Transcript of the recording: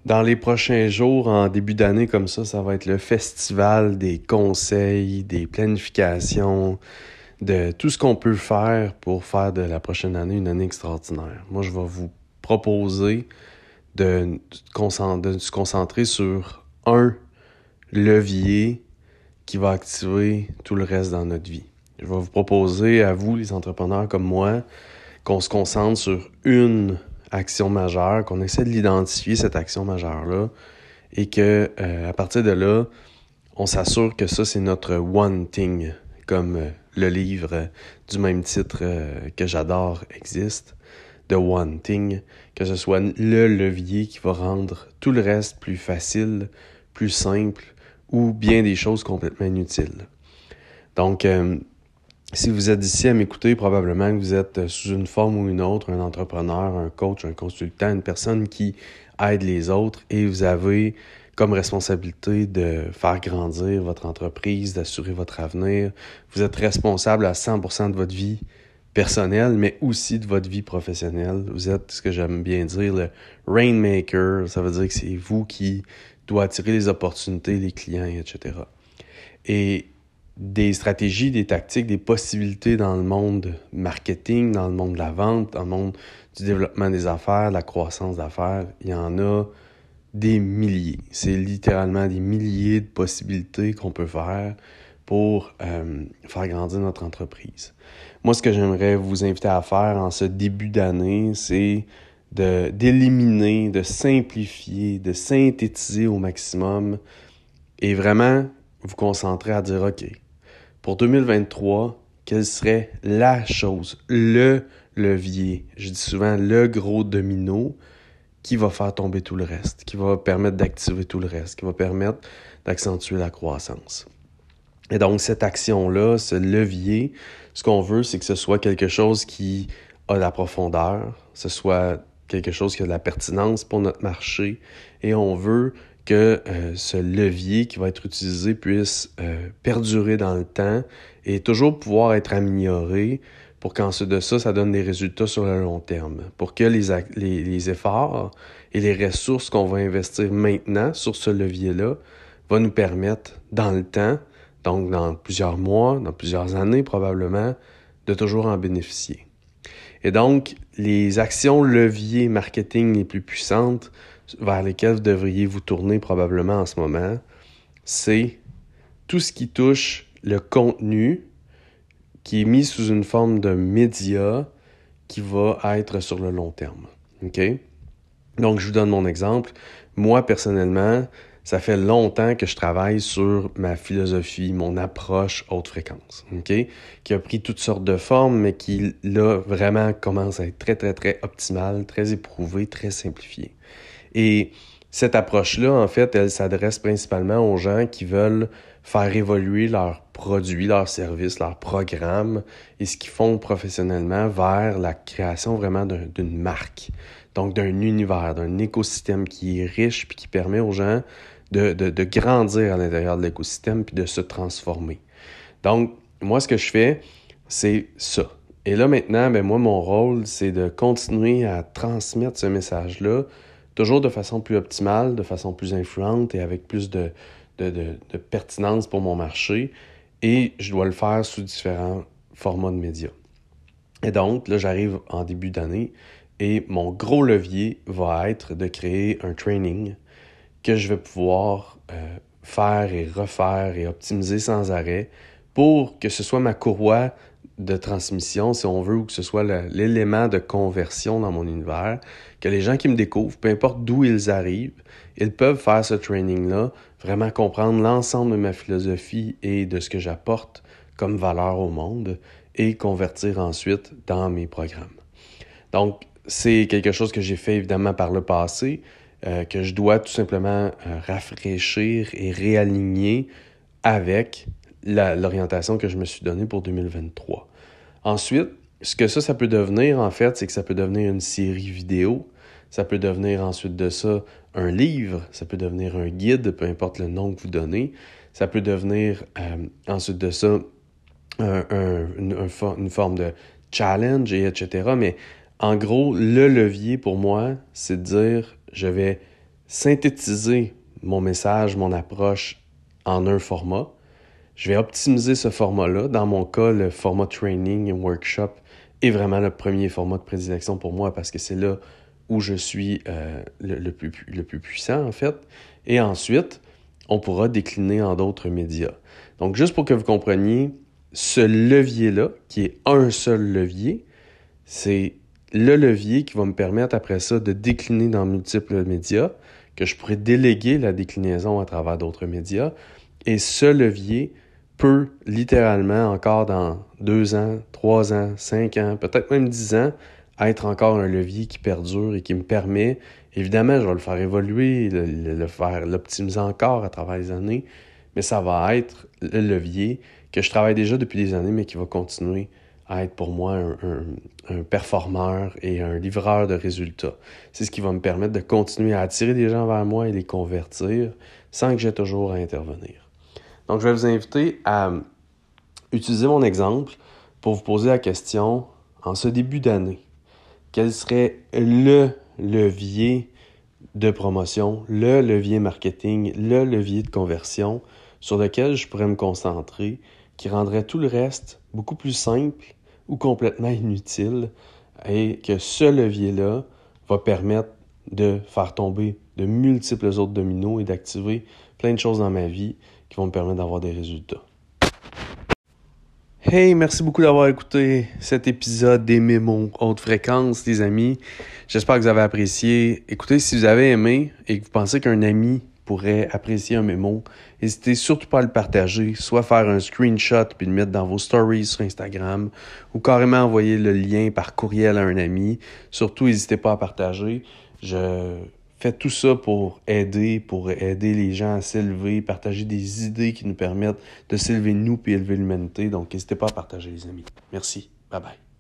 Dans les prochains jours, en début d'année comme ça va être le festival des conseils, des planifications, de tout ce qu'on peut faire pour faire de la prochaine année une année extraordinaire. Moi, je vais vous proposer de se concentrer sur un levier qui va activer tout le reste dans notre vie. Je vais vous proposer à vous, les entrepreneurs comme moi, qu'on se concentre sur une action majeure, qu'on essaie de l'identifier, cette action majeure-là, et que à partir de là, on s'assure que ça, c'est notre one thing, comme le livre du même titre que j'adore existe, The One Thing, que ce soit le levier qui va rendre tout le reste plus facile, plus simple, ou bien des choses complètement inutiles. Donc, si vous êtes ici à m'écouter, probablement que vous êtes sous une forme ou une autre, un entrepreneur, un coach, un consultant, une personne qui aide les autres et vous avez comme responsabilité de faire grandir votre entreprise, d'assurer votre avenir. Vous êtes responsable à 100% de votre vie personnelle, mais aussi de votre vie professionnelle. Vous êtes, ce que j'aime bien dire, le rainmaker. Ça veut dire que c'est vous qui doit attirer les opportunités, les clients, etc. Et des stratégies, des tactiques, des possibilités dans le monde marketing, dans le monde de la vente, dans le monde du développement des affaires, de la croissance d'affaires, il y en a des milliers. C'est littéralement des milliers de possibilités qu'on peut faire pour faire grandir notre entreprise. Moi, ce que j'aimerais vous inviter à faire en ce début d'année, c'est d'éliminer, de simplifier, de synthétiser au maximum et vraiment vous concentrer à dire, OK, pour 2023, quelle serait la chose, le levier, je dis souvent le gros domino qui va faire tomber tout le reste, qui va permettre d'activer tout le reste, qui va permettre d'accentuer la croissance. Et donc, cette action-là, ce levier, ce qu'on veut, c'est que ce soit quelque chose qui a de la profondeur, ce soit quelque chose qui a de la pertinence pour notre marché, et on veut que ce levier qui va être utilisé puisse perdurer dans le temps et toujours pouvoir être amélioré pour qu'ensuite de ça, ça donne des résultats sur le long terme. Pour que les efforts et les ressources qu'on va investir maintenant sur ce levier-là va nous permettre, dans le temps, donc dans plusieurs mois, dans plusieurs années probablement, de toujours en bénéficier. Et donc, les actions leviers marketing les plus puissantes vers lesquelles vous devriez vous tourner probablement en ce moment, c'est tout ce qui touche le contenu qui est mis sous une forme de média qui va être sur le long terme. OK? Donc, je vous donne mon exemple. Moi, personnellement, ça fait longtemps que je travaille sur ma philosophie, mon approche haute fréquence, OK? Qui a pris toutes sortes de formes, mais qui, là, vraiment commence à être très, très, très optimale, très éprouvée, très simplifiée. Et cette approche-là, en fait, elle s'adresse principalement aux gens qui veulent faire évoluer leurs produits, leurs services, leurs programmes et ce qu'ils font professionnellement vers la création vraiment d'une marque. Donc, d'un univers, d'un écosystème qui est riche puis qui permet aux gens de grandir à l'intérieur de l'écosystème puis de se transformer. Donc, moi, ce que je fais, c'est ça. Et là, maintenant, moi, mon rôle, c'est de continuer à transmettre ce message-là, toujours de façon plus optimale, de façon plus influente et avec plus de pertinence pour mon marché. Et je dois le faire sous différents formats de médias. Et donc, là, j'arrive en début d'année et mon gros levier va être de créer un training que je vais pouvoir faire et refaire et optimiser sans arrêt pour que ce soit ma courroie de transmission, si on veut, ou que ce soit l'élément de conversion dans mon univers, que les gens qui me découvrent, peu importe d'où ils arrivent, ils peuvent faire ce training-là, vraiment comprendre l'ensemble de ma philosophie et de ce que j'apporte comme valeur au monde et convertir ensuite dans mes programmes. Donc, c'est quelque chose que j'ai fait évidemment par le passé, que je dois tout simplement rafraîchir et réaligner avec l'orientation que je me suis donnée pour 2023. Ensuite, ce que ça peut devenir, en fait, c'est que ça peut devenir une série vidéo, ça peut devenir ensuite de ça un livre, ça peut devenir un guide, peu importe le nom que vous donnez, ça peut devenir ensuite de ça une forme de challenge, etc. Mais en gros, le levier pour moi, c'est de dire, je vais synthétiser mon message, mon approche en un format. Je vais optimiser ce format-là. Dans mon cas, le format training et workshop est vraiment le premier format de prédilection pour moi parce que c'est là où je suis le plus puissant, en fait. Et ensuite, on pourra décliner en d'autres médias. Donc, juste pour que vous compreniez, ce levier-là, qui est un seul levier, c'est le levier qui va me permettre après ça de décliner dans multiples médias, que je pourrais déléguer la déclinaison à travers d'autres médias. Et ce levier peut littéralement encore dans 2 ans, 3 ans, 5 ans, peut-être même 10 ans, être encore un levier qui perdure et qui me permet, évidemment, je vais le faire évoluer, l'optimiser encore à travers les années, mais ça va être le levier que je travaille déjà depuis des années, mais qui va continuer à être pour moi un performeur et un livreur de résultats. C'est ce qui va me permettre de continuer à attirer des gens vers moi et les convertir sans que j'aie toujours à intervenir. Donc, je vais vous inviter à utiliser mon exemple pour vous poser la question, en ce début d'année, quel serait le levier de promotion, le levier marketing, le levier de conversion sur lequel je pourrais me concentrer, qui rendrait tout le reste beaucoup plus simple ou complètement inutile, et que ce levier-là va permettre de faire tomber de multiples autres dominos et d'activer plein de choses dans ma vie qui vont me permettre d'avoir des résultats. Hey, merci beaucoup d'avoir écouté cet épisode des Mémos haute fréquence, les amis. J'espère que vous avez apprécié. Écoutez, si vous avez aimé et que vous pensez qu'un ami pourrait apprécier un mémo, n'hésitez surtout pas à le partager, soit faire un screenshot puis le mettre dans vos stories sur Instagram ou carrément envoyer le lien par courriel à un ami. Surtout, n'hésitez pas à partager. Je fais tout ça pour aider les gens à s'élever, partager des idées qui nous permettent de s'élever nous puis élever l'humanité. Donc, n'hésitez pas à partager, les amis. Merci. Bye bye.